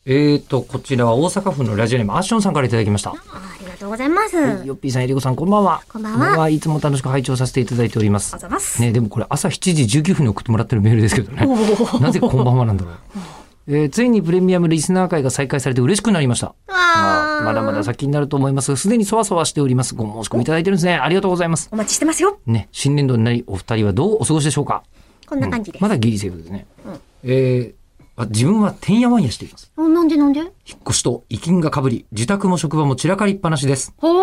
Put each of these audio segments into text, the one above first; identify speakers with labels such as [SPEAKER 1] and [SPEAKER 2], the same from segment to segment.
[SPEAKER 1] こちらは大阪府のラジオネームアッションさんからいただきました。
[SPEAKER 2] ありがとうございます。
[SPEAKER 1] はい、よっぴーさん、えりこさん、こんばんは。
[SPEAKER 2] こんばんは。
[SPEAKER 1] いつも楽しく拝聴させていただいております。
[SPEAKER 2] ありがとうございます。
[SPEAKER 1] ね、でもこれ朝7時19分に送ってもらってるメールですけどね。なぜこんばんはなんだろう。ついにプレミアムリスナー会が再開されて嬉しくなりました。まだまだ先になると思いますが、すでにそわそわしております。ご申し込みいただいてるんですね。ありがとうございます。
[SPEAKER 2] お待ちしてますよ。
[SPEAKER 1] ね、新年度になり、お二人はどうお過ごしでしょうか。
[SPEAKER 2] こんな感じです。
[SPEAKER 1] まだギリセーフですね。自分はてんやわんやしています。
[SPEAKER 2] なんで引っ
[SPEAKER 1] 越しと遺金がかぶり、自宅も職場も散らかりっぱなしです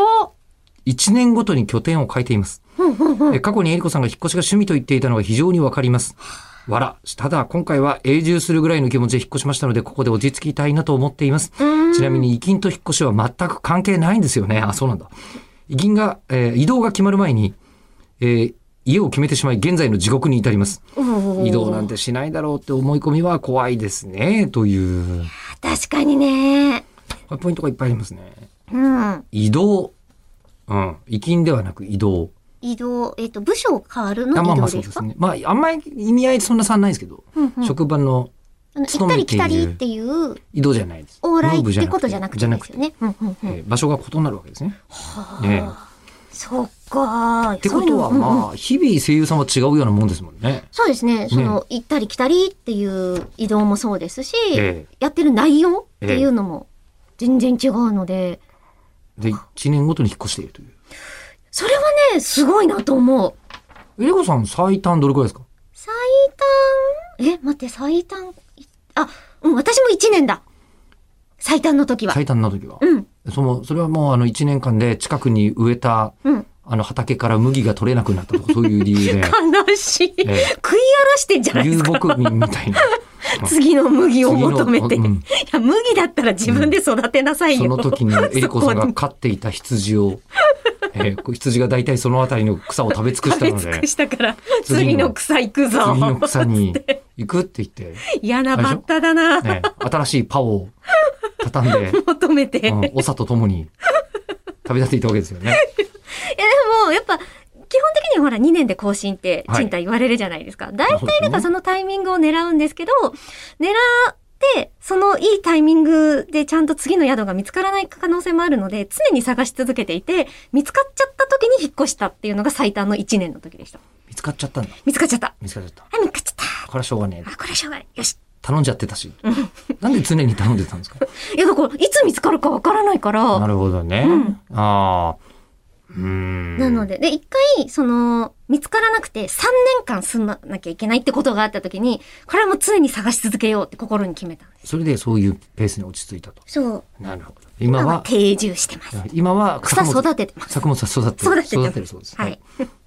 [SPEAKER 1] 。1年ごとに拠点を変えています。過去にえりこさんが引っ越しが趣味と言っていたのが非常にわかります。ただ今回は永住するぐらいの気持ちで引っ越しましたので、ここで落ち着きたいなと思っています。ちなみに遺金と引っ越しは全く関係ないんですよね。あ、そうなんだ。移動が決まる前に、家を決めてしまい、現在の地獄に至ります。移動なんてしないだろうって思い込みは怖いですね、という。
[SPEAKER 2] 確かにね。
[SPEAKER 1] ポイントがいっぱいありますね。移動。遺金ではなく移動。
[SPEAKER 2] 部署変わるの移動ですか？
[SPEAKER 1] そうですね。あんまり意味合いそんな差ないですけど、職場の
[SPEAKER 2] 行ったり来たりっていう
[SPEAKER 1] 移動じゃないです。
[SPEAKER 2] 往来ってことじゃなくてですよね。
[SPEAKER 1] 場所が異なるわけですね。
[SPEAKER 2] そっか。
[SPEAKER 1] ってことは日々声優さんは違うようなもんですもんね。
[SPEAKER 2] そうですね。行ったり来たりっていう移動もそうですし、やってる内容っていうのも全然違うので。
[SPEAKER 1] で、1年ごとに引っ越しているという。
[SPEAKER 2] それはね、すごいなと思う。
[SPEAKER 1] えりこさん、最短どれくらいですか？
[SPEAKER 2] 最短、待って、最短、私も1年だ。最短の時は。
[SPEAKER 1] 最短の時は。それはもう1年間で近くに植えた、畑から麦が取れなくなったとか、そういう理由で。
[SPEAKER 2] 悲しい。食い荒らしてんじゃないですか。
[SPEAKER 1] 遊牧民みたいな。
[SPEAKER 2] 次の麦を求めて。いや、麦だったら自分で育てなさいよ。
[SPEAKER 1] その時にえりこさんが飼っていた羊を、羊が大体そのあたりの草を食べ尽くしたので。
[SPEAKER 2] 食べ尽くしたから、次の草行くぞ。
[SPEAKER 1] 次の草に行くって言って。
[SPEAKER 2] 嫌なバッタだな。
[SPEAKER 1] 新しいパを畳んで、
[SPEAKER 2] 求めて。
[SPEAKER 1] 長と共に旅立っていたわけですよね。
[SPEAKER 2] でも、やっぱ、基本的にはほら2年で更新って賃貸言われるじゃないですか。大体だからそのタイミングを狙うんですけど、狙ってそのいいタイミングでちゃんと次の宿が見つからない可能性もあるので、常に探し続けていて、見つかっちゃった時に引っ越したっていうのが最短の1年の時でした。
[SPEAKER 1] 見つかっちゃったんだ。
[SPEAKER 2] 見つかっちゃった。
[SPEAKER 1] 見つかっちゃった。
[SPEAKER 2] 見つかっちゃった。
[SPEAKER 1] これはしょうがねえ。
[SPEAKER 2] これはしょうがない。よし。
[SPEAKER 1] 頼んじゃってたし。なんで常に頼んでたんですか？
[SPEAKER 2] いや、だからいつ見つかるかわからないから。
[SPEAKER 1] なるほどね。
[SPEAKER 2] なので、一回、見つからなくて3年間住まなきゃいけないってことがあった時に、これはもう常に探し続けようって心に決めたんです。
[SPEAKER 1] それでそういうペースに落ち着いたと。
[SPEAKER 2] そう。
[SPEAKER 1] なるほど。
[SPEAKER 2] 今は定住してます。
[SPEAKER 1] 今は
[SPEAKER 2] 草育ててます。
[SPEAKER 1] 作物は育ってるそうです。
[SPEAKER 2] はい。